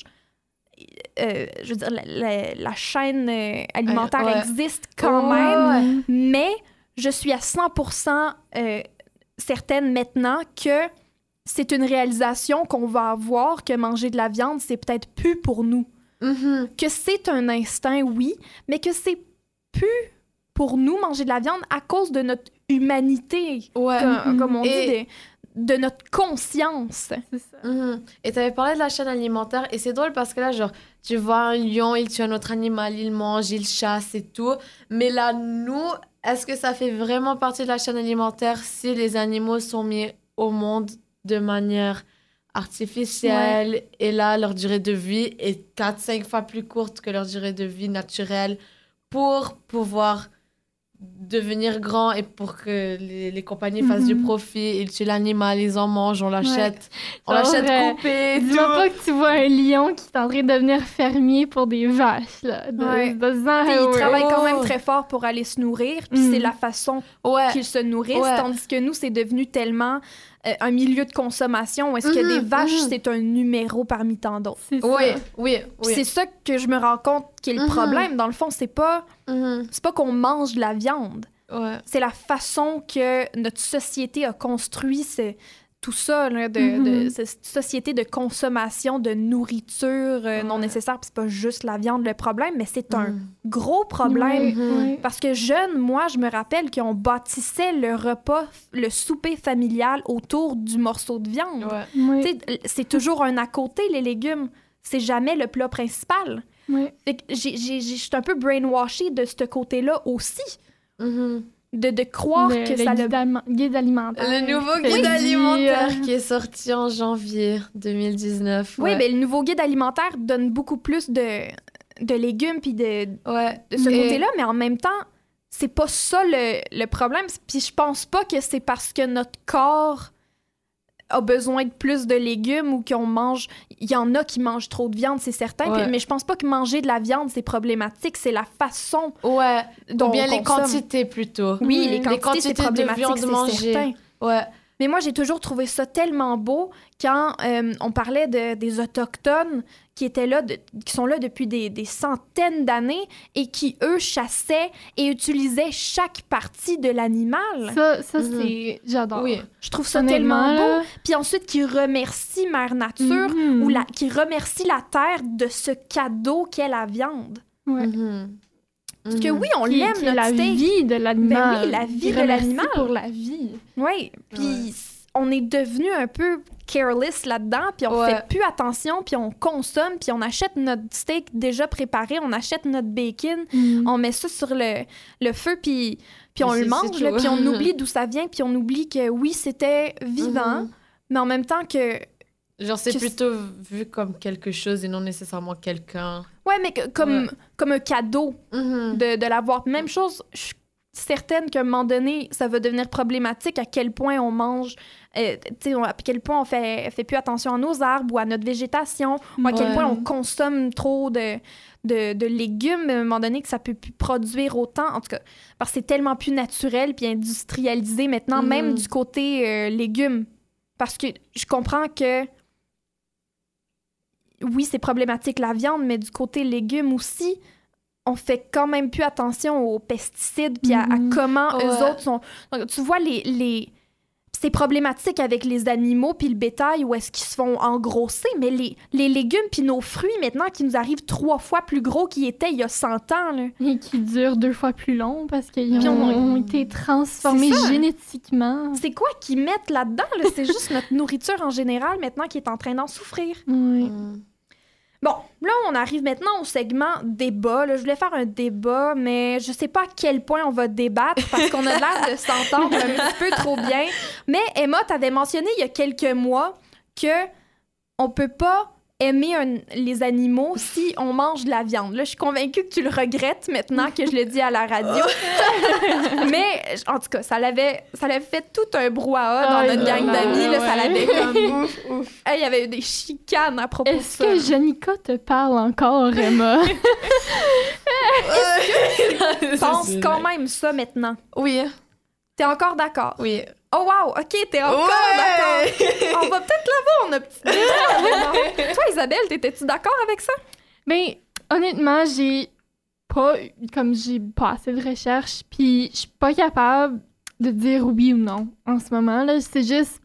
Je veux dire, la chaîne alimentaire existe quand même. Mais je suis à 100% certaine maintenant que c'est une réalisation qu'on va avoir que manger de la viande, c'est peut-être plus pour nous. Que c'est un instinct, oui, mais que c'est plus pour nous manger de la viande à cause de notre humanité, comme on dit, de notre conscience. C'est ça. Et tu avais parlé de la chaîne alimentaire et c'est drôle parce que là, genre, tu vois un lion, il tue un autre animal, il mange, il chasse et tout. Mais là, nous, est-ce que ça fait vraiment partie de la chaîne alimentaire si les animaux sont mis au monde de manière artificielle et là, leur durée de vie est 4-5 fois plus courte que leur durée de vie naturelle pour pouvoir devenir grand et pour que les compagnies fassent du profit, ils tuent l'animal, ils en mangent, on l'achète coupé. Dis-moi pas que tu vois un lion qui est en train de devenir fermier pour des vaches, là. Puis ils travaillent quand même très fort pour aller se nourrir, puis c'est la façon qu'ils se nourrissent, tandis que nous, c'est devenu tellement un milieu de consommation où est-ce que des vaches, c'est un numéro parmi tant d'autres. Oui. C'est ça que je me rends compte qui est le problème. Dans le fond, c'est pas qu'on mange de la viande. C'est la façon que notre société a construit tout ça, là, de cette société de consommation de nourriture non nécessaire. Puis c'est pas juste la viande le problème, mais c'est un gros problème. Parce que jeune, moi, je me rappelle qu'on bâtissait le repas, le souper familial autour du morceau de viande. C'est toujours un à côté, les légumes. C'est jamais le plat principal. Fait que je suis un peu brainwashée de ce côté-là aussi. De croire que ça guide alimentaire. Le nouveau guide alimentaire qui est sorti en janvier 2019. Oui, mais le nouveau guide alimentaire donne beaucoup plus de de légumes puis de ce Et- côté-là, mais en même temps, c'est pas ça le problème. Puis je pense pas que c'est parce que notre corps a besoin de plus de légumes ou qu'on mange... Il y en a qui mangent trop de viande, c'est certain, Ouais. mais je pense pas que manger de la viande, c'est problématique. C'est la façon Ouais, dont ou bien on les consomme. quantités plutôt. Oui, les quantités, c'est de problématique, viande c'est mangée. certain. Ouais. Mais moi, j'ai toujours trouvé ça tellement beau quand on parlait des Autochtones qui étaient là, qui sont là depuis des centaines d'années et qui, eux, chassaient et utilisaient chaque partie de l'animal. Ça, c'est... J'adore. Oui. Je trouve ça Honnêtement, tellement beau. là. Puis ensuite, qui remercient Mère Nature Mhm. ou qui remercient la Terre de ce cadeau qu'est la viande. Ouais. Parce que oui, on Qui- l'aime, qui est notre la steak. vie de l'animal. Ben oui, la vie Qui de remercie l'animal. pour la vie. Oui, puis on est devenu un peu careless là-dedans, puis on fait plus attention, puis on consomme, puis on achète notre steak déjà préparé, on achète notre bacon, on met ça sur le feu, puis on C'est- le c'est mange, là, tout. puis on oublie d'où ça vient, puis on oublie que oui, c'était vivant, mais en même temps que... Genre, c'est que plutôt vu comme quelque chose et non nécessairement quelqu'un. Ouais, mais comme un cadeau de l'avoir. Même chose, je suis certaine qu'à un moment donné, ça va devenir problématique à quel point on mange, tu sais, à quel point on fait plus attention à nos arbres ou à notre végétation, ou à quel Ouais. point on consomme trop de légumes, à un moment donné, que ça peut plus produire autant, en tout cas, parce que c'est tellement plus naturel puis industrialisé maintenant, même du côté légumes. Parce que je comprends que oui, c'est problématique la viande, mais du côté légumes aussi, on fait quand même plus attention aux pesticides puis à comment eux autres sont... Donc, tu vois, c'est problématique avec les animaux puis le bétail où est-ce qu'ils se font engrosser, mais les légumes puis nos fruits, maintenant, qui nous arrivent 3 fois plus gros qu'ils étaient il y a 100 ans, là. Et qui durent 2 fois plus long parce qu'ils Puis ont été transformés C'est ça. génétiquement. C'est quoi qu'ils mettent là-dedans, là? C'est juste notre nourriture en général, maintenant, qui est en train d'en souffrir. Oui. Bon, là, on arrive maintenant au segment débat. Là, je voulais faire un débat, mais je sais pas à quel point on va débattre parce qu'on a l'air de s'entendre un petit peu trop bien. Mais Emma, t'avais mentionné il y a quelques mois que on peut pas aimer les animaux si on mange de la viande. Là, je suis convaincue que tu le regrettes maintenant que je le dis à la radio. Mais, en tout cas, ça l'avait fait tout un brouhaha dans notre gang d'amis. Là, ça l'avait comme... ouf. Hey, il y avait eu des chicanes à propos de Est-ce ça. que Janica te parle encore, Emma? Pense quand même ça maintenant. Oui. T'es encore d'accord? Oui. Oh wow, OK, t'es encore d'accord. On va peut-être l'avoir, notre petit débat. Toi, Isabelle, t'étais-tu d'accord avec ça? Ben, honnêtement, j'ai pas assez de recherches, puis je suis pas capable de dire oui ou non en ce moment. Là, c'est juste...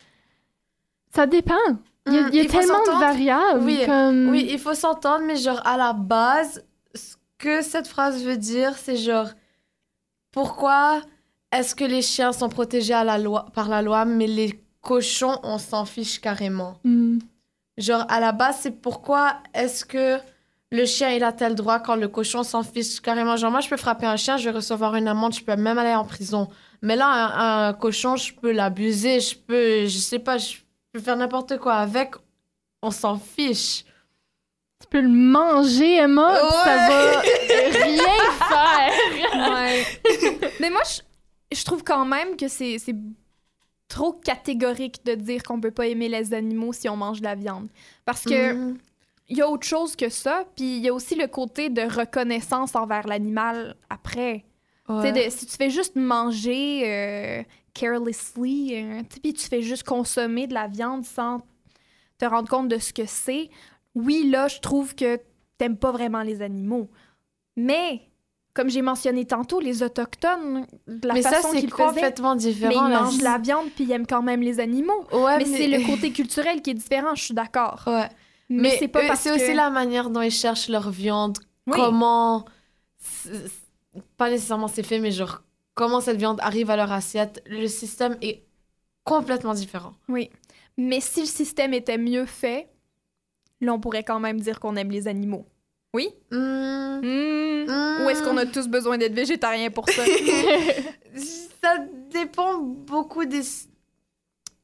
Ça dépend. Il y a Il faut tellement de s'entendre. variables. Oui, comme... oui, il faut s'entendre, mais genre, à la base, ce que cette phrase veut dire, c'est genre, pourquoi est-ce que les chiens sont protégés par la loi, mais les cochons, on s'en fiche carrément? Genre, à la base, c'est pourquoi est-ce que le chien, il a tel droit quand le cochon s'en fiche carrément? Genre, moi, je peux frapper un chien, je vais recevoir une amende, je peux même aller en prison. Mais là, un cochon, je peux l'abuser, je peux faire n'importe quoi avec, on s'en fiche. Tu peux le manger, Emma, puis ça va rien faire. Ouais. Mais moi, je trouve quand même que c'est trop catégorique de dire qu'on peut pas aimer les animaux si on mange de la viande. Parce que il y a autre chose que ça, puis il y a aussi le côté de reconnaissance envers l'animal après. Ouais. Tu sais, si tu fais juste manger carelessly, puis tu fais juste consommer de la viande sans te rendre compte de ce que c'est, oui, là, je trouve que t'aimes pas vraiment les animaux. Mais, comme j'ai mentionné tantôt, les Autochtones, de la Mais ça, façon c'est qu'ils faisaient... complètement différent. Mais ils là. mangent de la viande puis ils aiment quand même les animaux. Ouais, mais c'est le côté culturel qui est différent, je suis d'accord. Ouais. Mais c'est pas eux, parce c'est que... aussi la manière dont ils cherchent leur viande. Oui. Comment... Pas nécessairement c'est fait, mais genre, comment cette viande arrive à leur assiette. Le système est complètement différent. Oui. Mais si le système était mieux fait, là, on pourrait quand même dire qu'on aime les animaux. Oui? Ou est-ce qu'on a tous besoin d'être végétariens pour ça? Ça dépend beaucoup de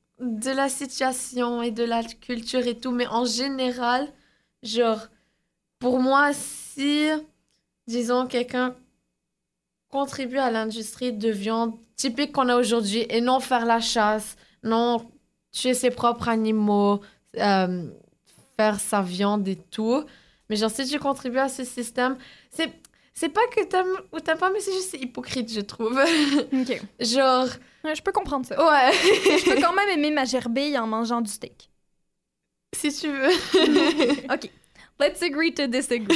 la situation et de la culture et tout, mais en général, genre, pour moi, si, disons, quelqu'un contribue à l'industrie de viande typique qu'on a aujourd'hui et non faire la chasse, non tuer ses propres animaux, faire sa viande et tout. Mais genre, si tu contribues à ce système, c'est pas que t'aimes ou t'aimes pas, mais c'est juste hypocrite, je trouve. OK. Genre... Ouais, je peux comprendre ça. Ouais. Je peux quand même aimer ma gerbille en mangeant du steak. Si tu veux. OK. Let's agree to disagree.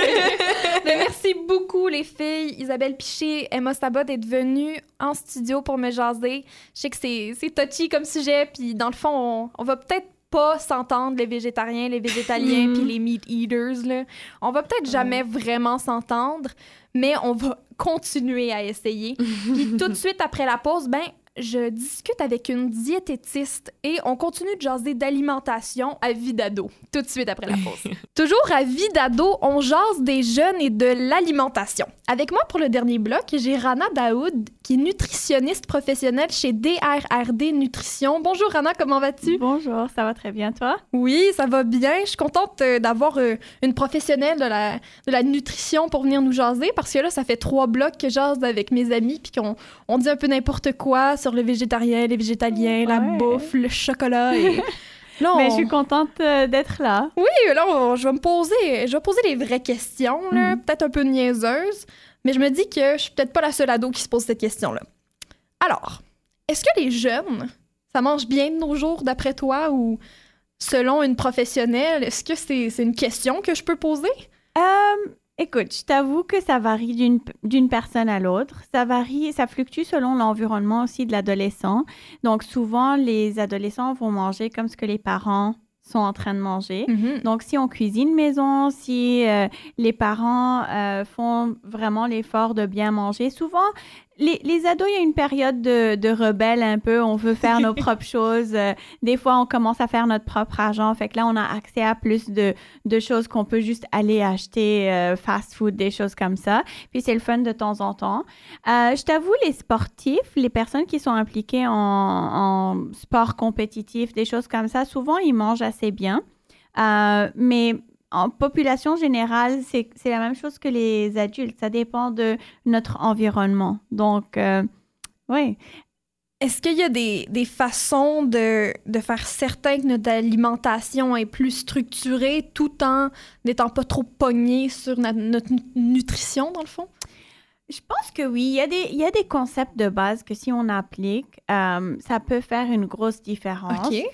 Mais merci beaucoup, les filles. Isabelle Piché, Emma Stabot d'être venues en studio pour me jaser. Je sais que c'est touchy comme sujet, puis dans le fond, on va peut-être pas s'entendre, les végétariens, les végétaliens, puis les meat eaters, là. On va peut-être jamais vraiment s'entendre, mais on va continuer à essayer. Puis tout de suite après la pause, je discute avec une diététiste et on continue de jaser d'alimentation à vie d'ado, tout de suite après la pause. Toujours à vie d'ado, on jase des jeunes et de l'alimentation. Avec moi pour le dernier bloc, j'ai Rana Daoud, qui est nutritionniste professionnelle chez DRRD Nutrition. Bonjour Rana, comment vas-tu? Bonjour, ça va très bien, toi? Oui, ça va bien. Je suis contente d'avoir une professionnelle de la nutrition pour venir nous jaser, parce que là, ça fait 3 blocs que je jase avec mes amis, puis qu'on dit un peu n'importe quoi sur le végétarien, les végétaliens, la bouffe, le chocolat. Et... Là, Mais je suis contente d'être là. Oui, là, je vais poser les vraies questions, là, peut-être un peu niaiseuses, mais je me dis que je suis peut-être pas la seule ado qui se pose cette question-là. Alors, est-ce que les jeunes, ça mange bien de nos jours d'après toi, ou selon une professionnelle, est-ce que c'est une question que je peux poser? Écoute, je t'avoue que ça varie d'une personne à l'autre. Ça varie, ça fluctue selon l'environnement aussi de l'adolescent. Donc, souvent, les adolescents vont manger comme ce que les parents sont en train de manger. Donc, si on cuisine maison, si les parents font vraiment l'effort de bien manger, souvent, les ados, il y a une période de rebelle un peu. On veut faire nos propres choses. Des fois, on commence à faire notre propre argent. Fait que là, on a accès à plus de choses qu'on peut juste aller acheter fast-food, des choses comme ça. Puis, c'est le fun de temps en temps. Je t'avoue, les sportifs, les personnes qui sont impliquées en sport compétitif, des choses comme ça, souvent, ils mangent assez bien. Mais... en population générale, c'est la même chose que les adultes. Ça dépend de notre environnement. Donc, oui. Est-ce qu'il y a des façons de faire certain que notre alimentation est plus structurée tout en n'étant pas trop pognée sur notre nutrition, dans le fond? Je pense que oui. Il y a des concepts de base que si on applique, ça peut faire une grosse différence. OK.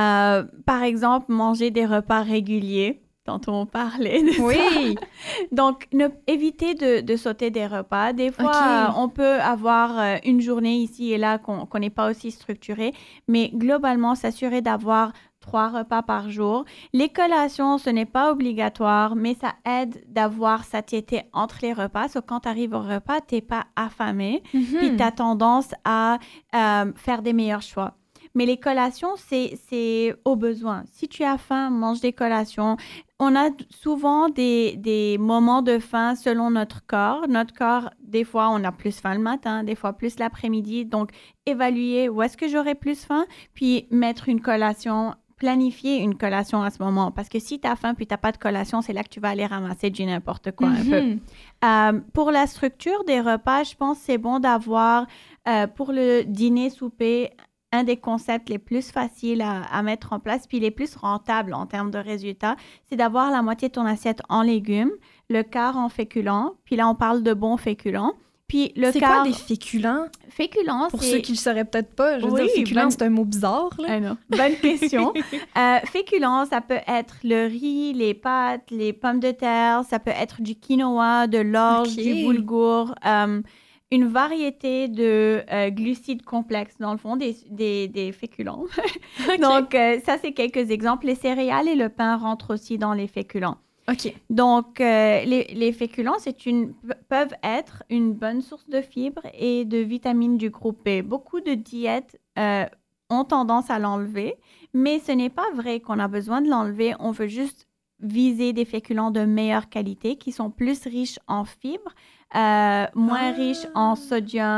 Par exemple, manger des repas réguliers. Tantôt, on parlait de ça. Donc, éviter de sauter des repas. Des fois, on peut avoir une journée ici et là qu'on n'est pas aussi structuré, mais globalement, s'assurer d'avoir 3 repas par jour. Les collations, ce n'est pas obligatoire, mais ça aide d'avoir satiété entre les repas. So, quand tu arrives au repas, tu n'es pas affamé, puis tu as tendance à faire des meilleurs choix. Mais les collations, c'est au besoin. Si tu as faim, mange des collations. On a souvent des moments de faim selon notre corps. Notre corps, des fois, on a plus faim le matin, des fois plus l'après-midi. Donc, évaluer où est-ce que j'aurai plus faim, puis mettre une collation, planifier une collation à ce moment. Parce que si tu as faim puis tu n'as pas de collation, c'est là que tu vas aller ramasser du n'importe quoi un peu. Pour la structure des repas, je pense que c'est bon d'avoir, pour le dîner-souper, un des concepts les plus faciles à mettre en place, puis les plus rentables en termes de résultats, c'est d'avoir la moitié de ton assiette en légumes, le quart en féculents, puis là, on parle de bons féculents. Puis le c'est quart... quoi des féculents? Féculents, pour ceux qui ne le sauraient peut-être pas, je veux dire, féculents, c'est un mot bizarre. Là. Ah non. Bonne question. Féculents, ça peut être le riz, les pâtes, les pommes de terre, ça peut être du quinoa, de l'orge, du boulgour, une variété de glucides complexes, dans le fond, des féculents. Donc, ça, c'est quelques exemples. Les céréales et le pain rentrent aussi dans les féculents. OK. Donc, les féculents, peuvent être une bonne source de fibres et de vitamines du groupe B. Beaucoup de diètes ont tendance à l'enlever, mais ce n'est pas vrai qu'on a besoin de l'enlever. On veut juste viser des féculents de meilleure qualité qui sont plus riches en fibres, moins riches en sodium,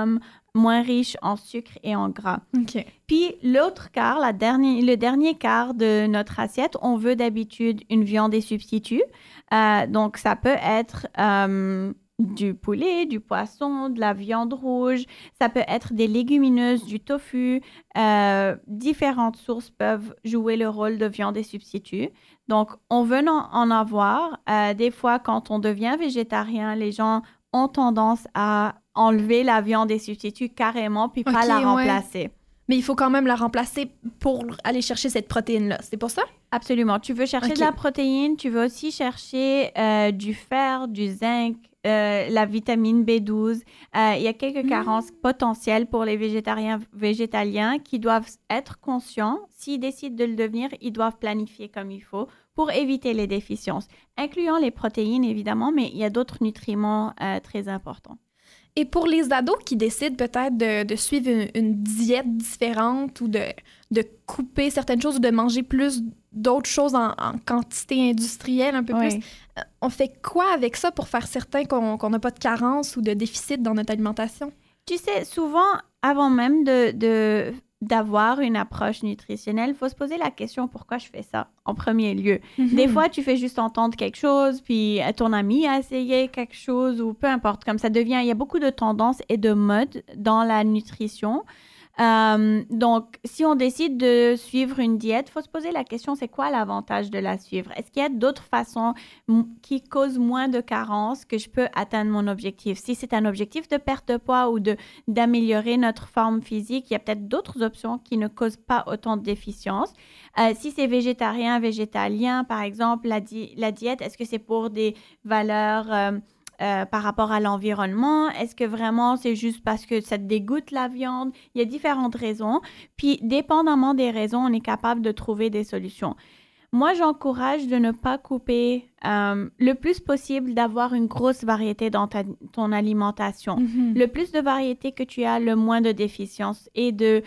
moins riche en sucre et en gras. OK. Puis l'autre quart, le dernier quart de notre assiette, on veut d'habitude une viande et substituts. Donc, ça peut être du poulet, du poisson, de la viande rouge. Ça peut être des légumineuses, du tofu. Différentes sources peuvent jouer le rôle de viande et substituts. Donc, on veut en avoir. Des fois, quand on devient végétarien, les gens ont tendance à enlever la viande et substituts carrément, puis pas la remplacer. Ouais. Mais il faut quand même la remplacer pour aller chercher cette protéine-là. C'est pour ça? Absolument. Tu veux chercher de la protéine, tu veux aussi chercher du fer, du zinc, la vitamine B12. Il y a quelques carences potentielles pour les végétaliens qui doivent être conscients. S'ils décident de le devenir, ils doivent planifier comme il faut pour éviter les déficiences, incluant les protéines, évidemment, mais il y a d'autres nutriments très importants. Et pour les ados qui décident peut-être de suivre une diète différente ou de couper certaines choses ou de manger plus d'autres choses en quantité industrielle un peu plus, on fait quoi avec ça pour faire certain qu'on n'a pas de carence ou de déficit dans notre alimentation? Tu sais, souvent, avant même d'avoir une approche nutritionnelle, il faut se poser la question pourquoi je fais ça en premier lieu. Des fois, tu fais juste entendre quelque chose, puis ton ami a essayé quelque chose ou peu importe, comme ça devient, il y a beaucoup de tendances et de modes dans la nutrition. Donc, si on décide de suivre une diète, il faut se poser la question, c'est quoi l'avantage de la suivre? Est-ce qu'il y a d'autres façons qui causent moins de carences que je peux atteindre mon objectif? Si c'est un objectif de perte de poids ou d'améliorer notre forme physique, il y a peut-être d'autres options qui ne causent pas autant de déficiences. Si c'est végétarien, végétalien, par exemple, la diète, est-ce que c'est pour des valeurs... par rapport à l'environnement? Est-ce que vraiment c'est juste parce que ça te dégoûte la viande? Il y a différentes raisons. Puis, dépendamment des raisons, on est capable de trouver des solutions. Moi, j'encourage de ne pas couper le plus possible, d'avoir une grosse variété dans ton alimentation. Le plus de variété que tu as, le moins de déficiences et de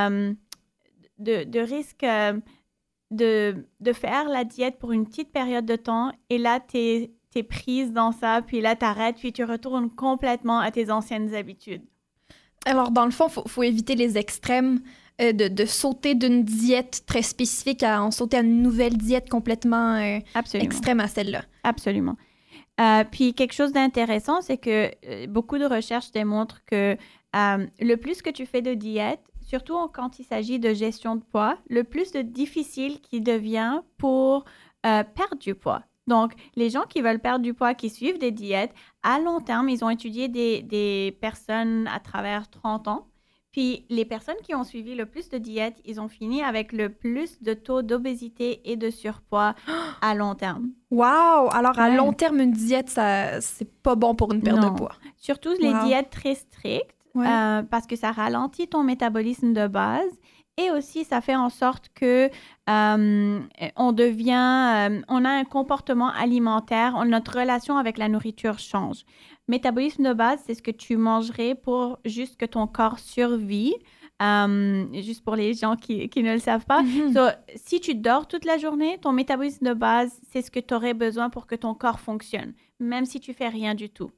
risque de faire la diète pour une petite période de temps. Et là, t'es prise dans ça, puis là, t'arrêtes, puis tu retournes complètement à tes anciennes habitudes. Alors, dans le fond, faut éviter les extrêmes, de sauter d'une diète très spécifique à en sauter à une nouvelle diète complètement extrême à celle-là. Absolument. Puis, quelque chose d'intéressant, c'est que beaucoup de recherches démontrent que le plus que tu fais de diète, surtout quand il s'agit de gestion de poids, le plus de difficile qu'il devient pour perdre du poids. Donc, les gens qui veulent perdre du poids, qui suivent des diètes, à long terme, ils ont étudié des personnes à travers 30 ans. Puis, les personnes qui ont suivi le plus de diètes, ils ont fini avec le plus de taux d'obésité et de surpoids à long terme. Wow! Alors, à long terme, une diète, c'est pas bon pour une perte de poids. Surtout les diètes très strictes, parce que ça ralentit ton métabolisme de base. Et aussi, ça fait en sorte que on a un comportement alimentaire, notre relation avec la nourriture change. Métabolisme de base, c'est ce que tu mangerais pour juste que ton corps survit, juste pour les gens qui ne le savent pas. Si tu dors toute la journée, ton métabolisme de base, c'est ce que tu aurais besoin pour que ton corps fonctionne, même si tu fais rien du tout.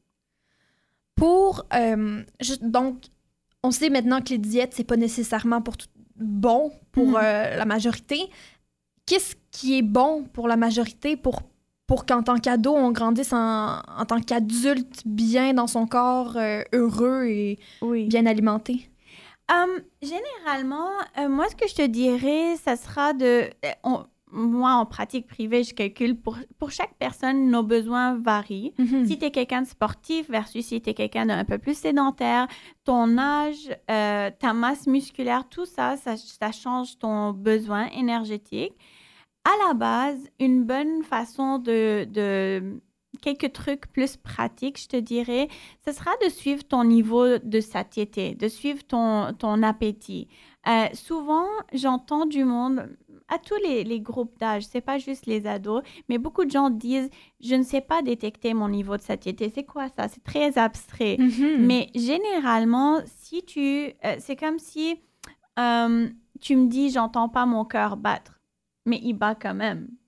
Donc, on sait maintenant que les diètes, c'est pas nécessairement bon pour la majorité. Qu'est-ce qui est bon pour la majorité pour qu'en tant qu'ado, on grandisse en tant qu'adulte bien dans son corps, heureux et bien alimenté? Généralement, moi, ce que je te dirais, ça sera moi, en pratique privée, je calcule pour chaque personne, nos besoins varient. Si tu es quelqu'un de sportif versus si tu es quelqu'un d'un peu plus sédentaire, ton âge, ta masse musculaire, tout ça change ton besoin énergétique. À la base, une bonne façon de quelques trucs plus pratiques, je te dirais, ce sera de suivre ton niveau de satiété, de suivre ton appétit. Souvent, j'entends du monde... à tous les groupes d'âge, c'est pas juste les ados, mais beaucoup de gens disent « je ne sais pas détecter mon niveau de satiété ». C'est quoi ça? C'est très abstrait. Mais généralement, c'est comme si tu me dis « j'entends pas mon cœur battre », mais il bat quand même.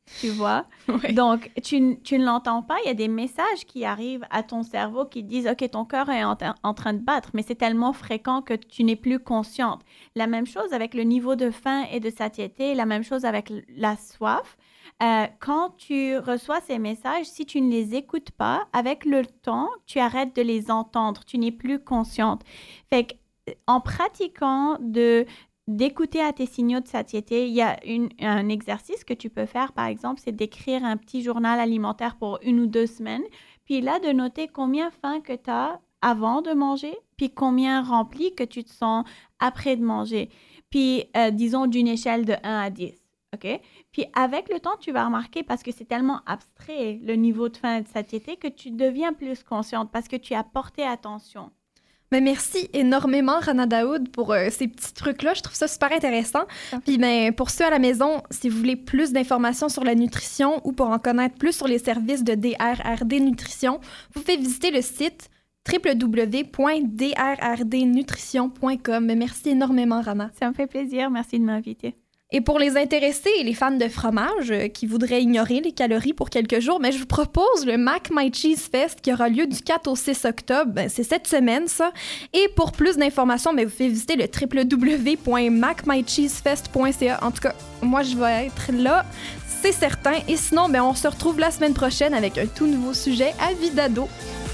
tu vois. Ouais. Donc, tu ne l'entends pas. Il y a des messages qui arrivent à ton cerveau qui disent « OK, ton cœur est en train de battre », mais c'est tellement fréquent que tu n'es plus consciente. La même chose avec le niveau de faim et de satiété, la même chose avec la soif. Quand tu reçois ces messages, si tu ne les écoutes pas, avec le temps, tu arrêtes de les entendre. Tu n'es plus consciente. Fait qu'en pratiquant d'écouter à tes signaux de satiété, il y a un exercice que tu peux faire, par exemple, c'est d'écrire un petit journal alimentaire pour 1 ou 2 semaines, puis là, de noter combien faim que tu as avant de manger, puis combien rempli que tu te sens après de manger. Puis, disons, d'une échelle de 1 à 10, OK? Puis, avec le temps, tu vas remarquer, parce que c'est tellement abstrait, le niveau de faim et de satiété, que tu deviens plus consciente parce que tu as porté attention. Ben, merci énormément, Rana Daoud, pour ces petits trucs-là. Je trouve ça super intéressant. Puis ben, pour ceux à la maison, si vous voulez plus d'informations sur la nutrition ou pour en connaître plus sur les services de DRRD Nutrition, vous pouvez visiter le site www.drrdnutrition.com. Merci énormément, Rana. Ça me fait plaisir. Merci de m'inviter. Et pour les intéressés et les fans de fromage qui voudraient ignorer les calories pour quelques jours, mais je vous propose le Mac My Cheese Fest qui aura lieu du 4 au 6 octobre. Ben, c'est cette semaine, ça. Et pour plus d'informations, ben, vous pouvez visiter le www.macmycheesefest.ca. En tout cas, moi, je vais être là, c'est certain. Et sinon, ben, on se retrouve la semaine prochaine avec un tout nouveau sujet à vie d'ado.